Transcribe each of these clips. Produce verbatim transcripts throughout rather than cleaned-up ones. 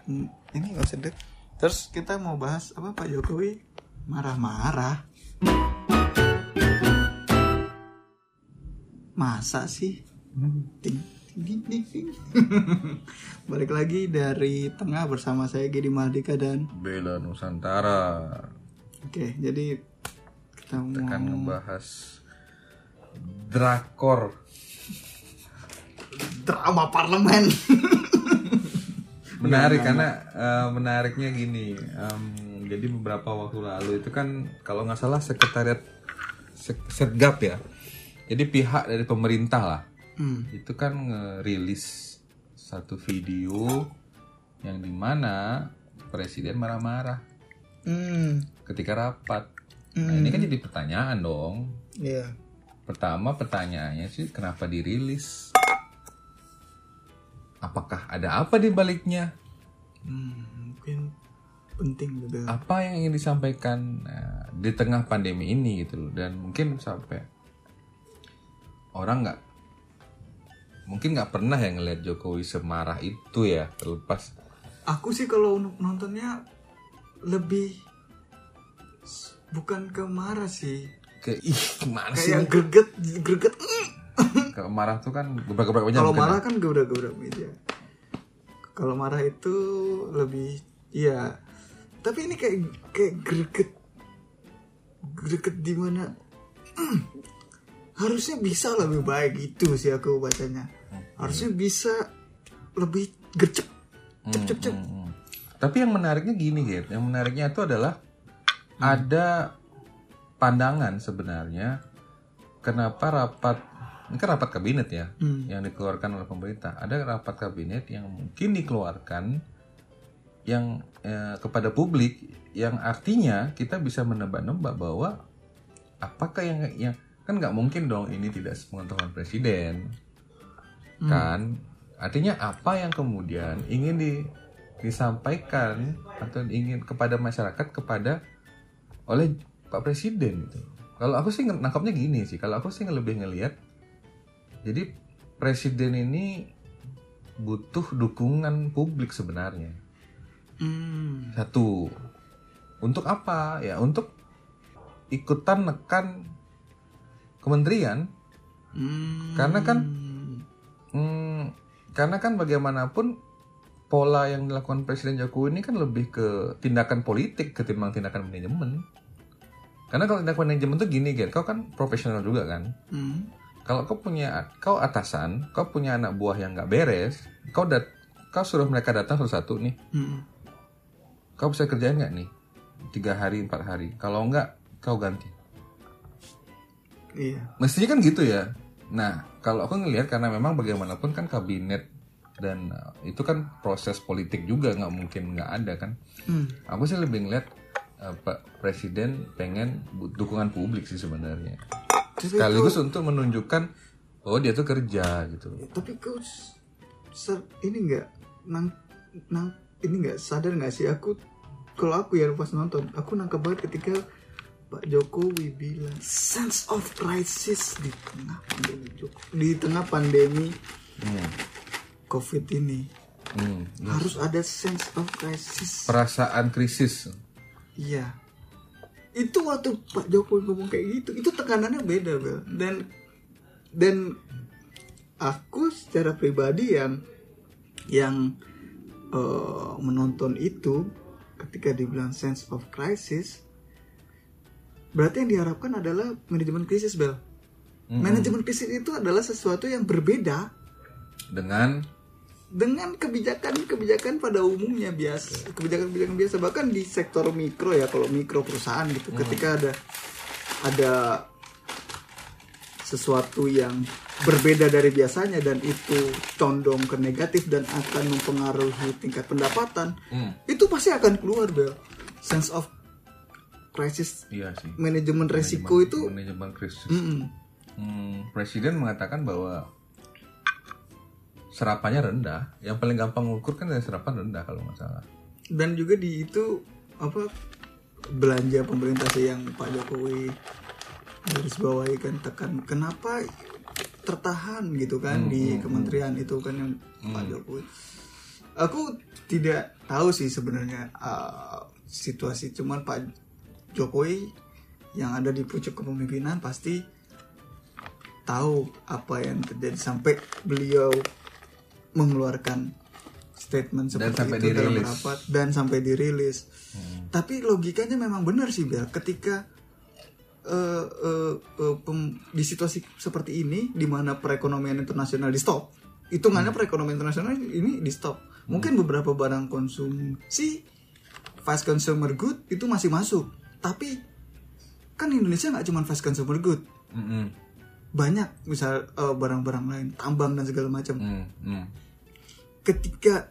ini nggak usah dek. Terus kita mau bahas apa, Pak Jokowi marah-marah. Masa sih? Ting ting ting ting. Balik lagi dari tengah bersama saya Gedi Mardika dan Bella Nusantara. Oke, jadi kita mau akan ngebahas drakor, drama parlemen. menarik ya, karena uh, menariknya gini. Um, jadi beberapa waktu lalu itu kan kalau nggak salah sekretariat Setgap ya. Jadi pihak dari pemerintah lah, hmm. itu kan ngerilis satu video yang dimana presiden marah-marah hmm. ketika rapat. Hmm. Nah ini kan jadi pertanyaan dong. Yeah. Pertama pertanyaannya sih kenapa dirilis? Apakah ada apa di baliknya? Hmm, mungkin penting juga. Apa yang ingin disampaikan nah, di tengah pandemi ini gitu loh. Dan mungkin sampai orang nggak, mungkin nggak pernah ya ngelihat Jokowi semarah itu ya, terlepas. Aku sih kalau nontonnya lebih bukan ke marah sih. Ke ih gimana sih? Kayak greget, greget. Kalau marah tuh kan gebrak-gebrak meja. Kalau marah kan gebrak-gebrak meja. Kalau marah itu lebih, iya. Tapi ini kayak kayak greget, greget di mana? Harusnya bisa lebih baik gitu sih aku bacanya. Harusnya bisa lebih gercep, cep cep cep. Hmm, hmm, hmm. Tapi yang menariknya gini, Gert. Yang menariknya itu adalah hmm. ada pandangan sebenarnya kenapa rapat, ini kan rapat kabinet ya, hmm. yang dikeluarkan oleh pemerintah. Ada rapat kabinet yang mungkin dikeluarkan yang eh, kepada publik, yang artinya kita bisa menebak-nebak bahwa apakah yang yang kan nggak mungkin dong ini tidak sepengetahuan presiden, hmm. kan? Artinya apa yang kemudian ingin di, disampaikan atau ingin kepada masyarakat kepada oleh Pak Presiden itu. Kalau aku sih nangkapnya gini sih, kalau aku sih lebih ngelihat, jadi presiden ini butuh dukungan publik sebenarnya. Hmm. Satu, untuk apa? Ya untuk ikutan nekan kementerian, hmm. karena kan, hmm, karena kan bagaimanapun pola yang dilakukan Presiden Jokowi ini kan lebih ke tindakan politik ketimbang tindakan manajemen. Karena kalau tindakan manajemen tuh gini, Ger, kau kan profesional juga kan. Hmm. Kalau kau punya, kau atasan, kau punya anak buah yang nggak beres, kau dat, kau suruh mereka datang satu-satu nih. Hmm. Kau bisa kerjain nggak nih? Tiga hari, empat hari. Kalau nggak, kau ganti. Iya. Mestinya kan gitu ya. Nah, kalau aku ngelihat karena memang bagaimanapun kan kabinet dan uh, itu kan proses politik juga, nggak mungkin nggak ada kan. Hmm. Aku sih lebih ngelihat uh, Pak Presiden pengen dukungan publik sih sebenarnya. Tapi sekaligus kau, untuk menunjukkan oh dia tuh kerja gitu. Ya, tapi kau ser- ini nggak nang nang ini nggak sadar nggak sih aku kalau aku ya pas nonton aku nangkep banget ketika Pak Jokowi bilang sense of crisis di tengah pandemi di tengah pandemi hmm. COVID ini hmm, yes. Harus ada sense of crisis, perasaan krisis. Iya, itu waktu Pak Jokowi ngomong kayak gitu itu tekanannya beda, Bel. Dan dan aku secara pribadi yang yang uh, menonton itu ketika dibilang sense of crisis, berarti yang diharapkan adalah manajemen krisis, Bel. Mm-hmm. Manajemen krisis itu adalah sesuatu yang berbeda dengan dengan kebijakan-kebijakan pada umumnya biasa, kebijakan-kebijakan biasa bahkan di sektor mikro ya, kalau mikro perusahaan gitu, mm. ketika ada ada sesuatu yang berbeda dari biasanya dan itu condong ke negatif dan akan mempengaruhi tingkat pendapatan, mm. itu pasti akan keluar, Bel. Sense of krisis, iya sih. Manajemen resiko manajemen, itu manajemen krisis. Hmm, Presiden mengatakan bahwa serapannya rendah. Yang paling gampang mengukur kan dari serapan rendah kalau nggak salah. Dan juga di itu apa belanja pemerintah sih yang Pak Jokowi garis bawahi kan, tekan kenapa tertahan gitu kan hmm, di hmm, kementerian hmm. itu kan yang hmm. Pak Jokowi. Aku tidak tahu sih sebenarnya uh, situasi, cuman Pak Jokowi yang ada di pucuk kepemimpinan pasti tahu apa yang terjadi sampai beliau mengeluarkan statement seperti dan sampai itu dirilis. dalam rapat dan sampai dirilis. Hmm. Tapi logikanya memang benar sih Bel, ketika uh, uh, uh, pem, di situasi seperti ini di mana perekonomian internasional di stop, hitungannya hmm. perekonomian internasional ini di stop. Mungkin hmm. beberapa barang konsumsi fast consumer good itu masih masuk, tapi kan Indonesia nggak cuma fast consumer good. Hmm. Banyak misal uh, barang-barang lain, tambang dan segala macam. Hmm. Hmm. Ketika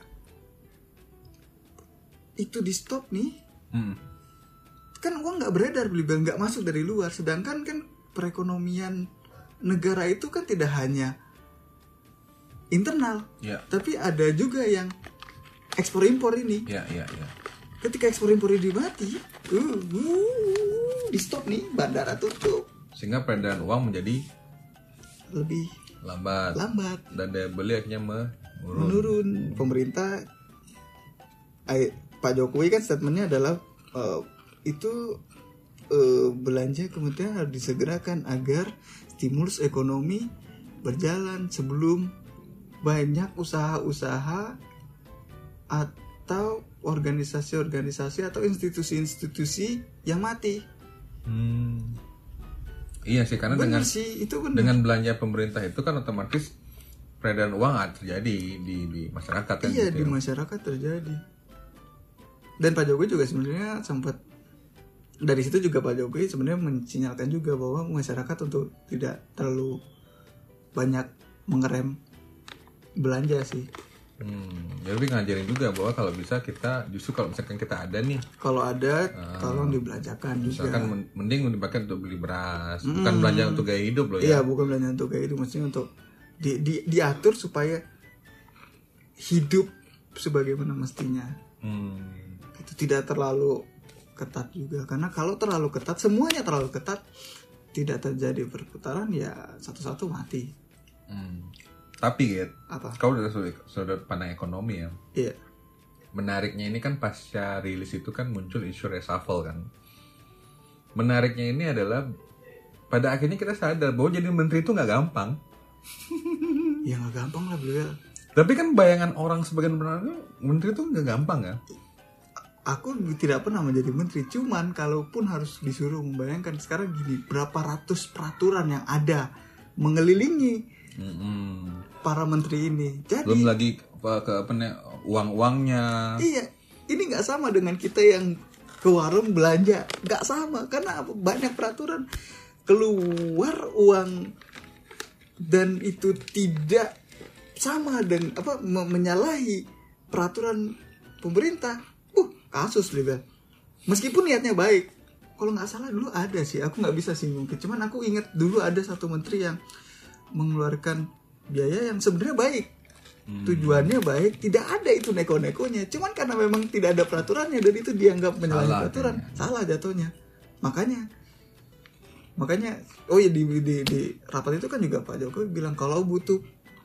itu di stop nih, hmm. kan uang nggak beredar, beli nggak masuk dari luar. Sedangkan kan perekonomian negara itu kan tidak hanya internal, yeah. tapi ada juga yang ekspor impor ini. Yeah, yeah, yeah. Ketika ekspor impor ini mati, uh, uh, di stop nih, bandara tutup, sehingga peredaran uang menjadi lebih lambat, lambat. dan daya beli akhirnya menurun. menurun. Pemerintah, eh, Pak Jokowi kan statementnya adalah uh, itu uh, belanja kemudian harus disegerakan agar stimulus ekonomi berjalan sebelum banyak usaha-usaha atau organisasi-organisasi atau institusi-institusi yang mati. Hmm. Iya sih, karena bener dengan sih, itu bener. Dengan belanja pemerintah itu kan otomatis peredaran uang terjadi di di masyarakat kan. Iya, gitu di ya. masyarakat terjadi. Dan Pak Jokowi juga sebenarnya sempat dari situ juga Pak Jokowi sebenarnya mensinyalkan juga bahwa masyarakat untuk tidak terlalu banyak mengerem belanja sih. Hmm, ya lebih ngajarin juga bahwa kalau bisa kita justru kalau misalkan kita ada nih, kalau ada uh, tolong dibelanjakan juga. Misalkan mending dipakai untuk beli beras, hmm. bukan belanja untuk gaya hidup loh ya. Iya, bukan belanja untuk gaya hidup, maksudnya untuk di, di, diatur supaya hidup sebagaimana mestinya. Hmm. Itu tidak terlalu ketat juga, karena kalau terlalu ketat, semuanya terlalu ketat, tidak terjadi perputaran, ya satu-satu mati. Hmm. Tapi Git, apa? Kau udah sudut pandang ekonomi ya. Iya. Menariknya ini kan pasca rilis itu kan muncul isu reshuffle kan. Menariknya ini adalah pada akhirnya kita sadar bahwa jadi menteri itu nggak gampang. Ya nggak gampang lah beliau. Tapi kan bayangan orang sebagian benar menteri itu nggak gampang kan? Aku tidak pernah menjadi menteri, cuman kalaupun harus disuruh membayangkan sekarang gini, berapa ratus peraturan yang ada mengelilingi mm-hmm. para menteri ini. Jadi belum lagi ke apa nih uang-uangnya. Iya, ini nggak sama dengan kita yang ke warung belanja, nggak sama karena banyak peraturan, keluar uang dan itu tidak sama dan apa menyalahi peraturan pemerintah. Uh, kasus Libel. Meskipun niatnya baik. Kalau nggak salah dulu ada sih, aku nggak bisa sih mungkin. Cuman aku ingat dulu ada satu menteri yang mengeluarkan biaya yang sebenarnya baik. Hmm. Tujuannya baik, tidak ada itu neko-nekonya. Cuman karena memang tidak ada peraturannya dan itu dianggap menyalahi peraturan, ya. Salah jatuhnya. Makanya makanya oh ya di, di di rapat itu kan juga Pak Jokowi bilang kalau butuh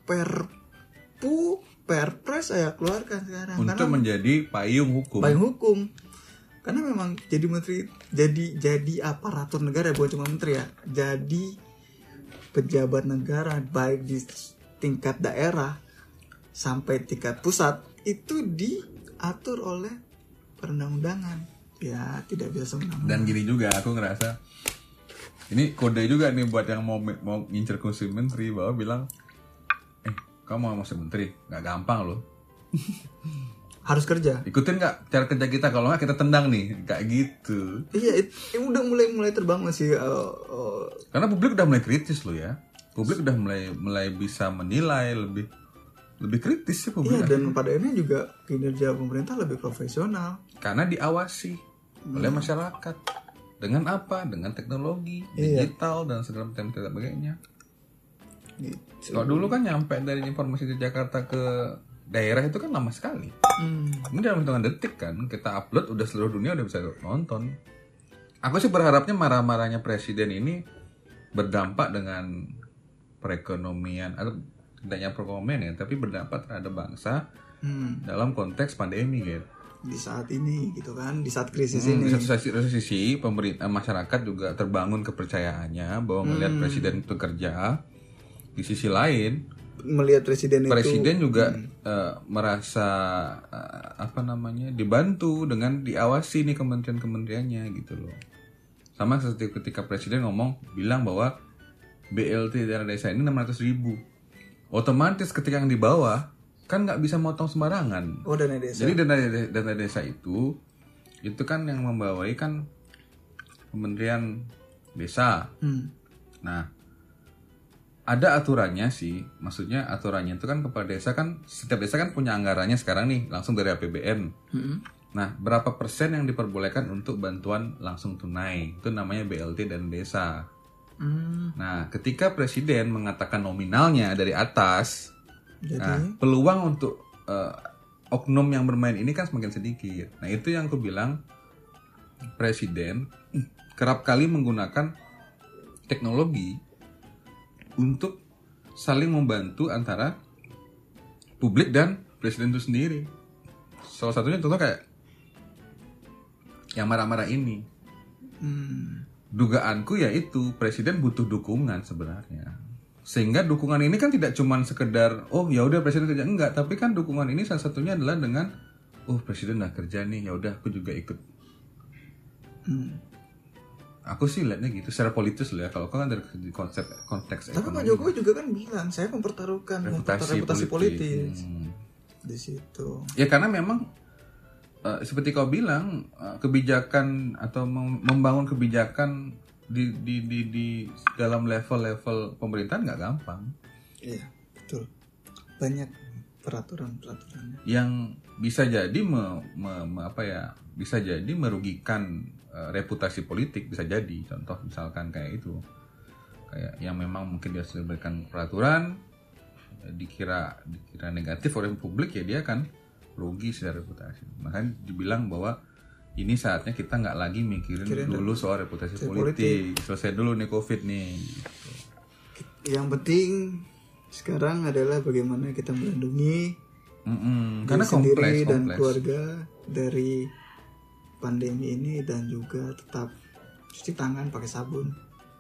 perpu Perpres saya keluarkan sekarang untuk karena menjadi payung hukum. Payung hukum. Karena memang jadi menteri, jadi jadi aparatur negara, bukan cuma menteri ya. Jadi pejabat negara baik di tingkat daerah sampai tingkat pusat itu diatur oleh perundang-undangan. Ya, tidak bisa semena-mena. Dan gini juga aku ngerasa ini kode juga nih buat yang mau mau ngincer kursi menteri bahwa bilang kamu mau masuk menteri, nggak gampang loh. Harus kerja. Ikutin nggak cara kerja kita, kalau nggak kita tendang nih, kayak gitu. Iya, it, it, udah mulai mulai terbangun sih. Uh, uh, Karena publik udah mulai kritis loh ya. Publik udah mulai mulai bisa menilai lebih lebih kritis sih publik. Iya, dan pada akhirnya juga kinerja pemerintah lebih profesional. Karena diawasi hmm. oleh masyarakat. Dengan apa? Dengan teknologi, iya. digital dan segala macam sebagainya. Gitu. Kalau dulu kan nyampe dari informasi di Jakarta ke daerah itu kan lama sekali. Hmm. Ini dalam hitungan detik kan kita upload udah seluruh dunia udah bisa nonton. Aku sih berharapnya marah-marahnya presiden ini berdampak dengan perekonomian atau tidaknya perekonomian ya, tapi berdampak terhadap bangsa hmm. dalam konteks pandemi gitu. di saat ini gitu kan, di saat krisis hmm, ini. Di satu sisi, satu sisi pemerintah masyarakat juga terbangun kepercayaannya bahwa melihat hmm. presiden itu kerja. Di sisi lain melihat presiden, presiden itu, juga hmm. uh, merasa uh, apa namanya dibantu dengan diawasi nih kementerian-kementeriannya gitu loh. Sama seperti ketika presiden ngomong bilang bahwa B L T dana desa ini enam ratus ribu, otomatis ketika yang di bawah kan nggak bisa motong sembarangan. Oh, dana desa. Jadi dana dana desa itu itu kan yang membawai kan Kementerian Desa. Hmm. Nah, ada aturannya sih, maksudnya aturannya itu kan kepala desa kan, setiap desa kan punya anggarannya sekarang nih langsung dari A P B N. Hmm. Nah, berapa persen yang diperbolehkan untuk bantuan langsung tunai, itu namanya B L T dan desa. Hmm. Nah, ketika presiden mengatakan nominalnya dari atas, jadi? Nah, peluang untuk uh, oknum yang bermain ini kan semakin sedikit. Nah, itu yang aku bilang presiden kerap kali menggunakan teknologi untuk saling membantu antara publik dan presiden itu sendiri. Salah satunya contoh kayak yang marah-marah ini. Hmm. Dugaanku yaitu presiden butuh dukungan sebenarnya. Sehingga dukungan ini kan tidak cuma sekedar oh ya udah presiden kerja, enggak, tapi kan dukungan ini salah satunya adalah dengan oh presiden udah kerja nih, ya udah aku juga ikut. Hmm. Aku sih lihatnya gitu secara politis loh ya, kalau kau kan dari konsep konteks tapi ekonomi. Pak Jokowi juga kan bilang saya mempertaruhkan reputasi, reputasi politik hmm. di situ. Ya karena memang uh, seperti kau bilang uh, kebijakan atau membangun kebijakan di di di di dalam level-level pemerintahan nggak gampang. Iya, betul. Banyak peraturan-peraturannya yang bisa jadi me, me, me, apa ya? Bisa jadi merugikan uh, reputasi politik, bisa jadi. Contoh misalkan kayak itu. Kayak yang memang mungkin dia sudah berikan peraturan ya, dikira dikira negatif oleh publik, ya dia kan rugi secara reputasi. Makanya dibilang bahwa ini saatnya kita nggak lagi mikirin Kirin dulu soal reputasi politik. politik. Selesai dulu nih COVID nih. Gitu. Yang penting sekarang adalah bagaimana kita melindungi diri Karena sendiri kompleks, dan kompleks. keluarga dari pandemi ini, dan juga tetap cuci tangan pakai sabun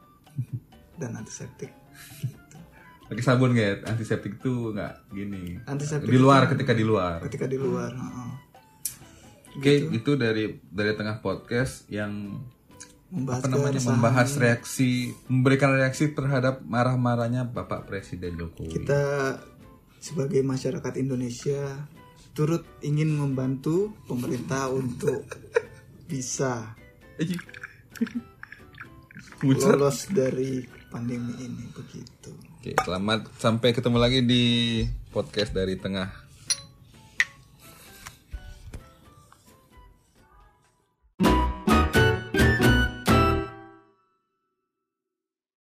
dan antiseptik. Pakai sabun guys, antiseptik tuh nggak gini. Antiseptik di luar ketika di luar. Ketika di luar. Hmm. Oke, okay, gitu. itu dari dari tengah podcast yang membahas apa namanya keresahan. membahas reaksi, memberikan reaksi terhadap marah-marahnya Bapak Presiden Jokowi. Kita sebagai masyarakat Indonesia turut ingin membantu pemerintah untuk bisa lolos dari pandemi ini begitu. Oke, selamat sampai ketemu lagi di podcast dari tengah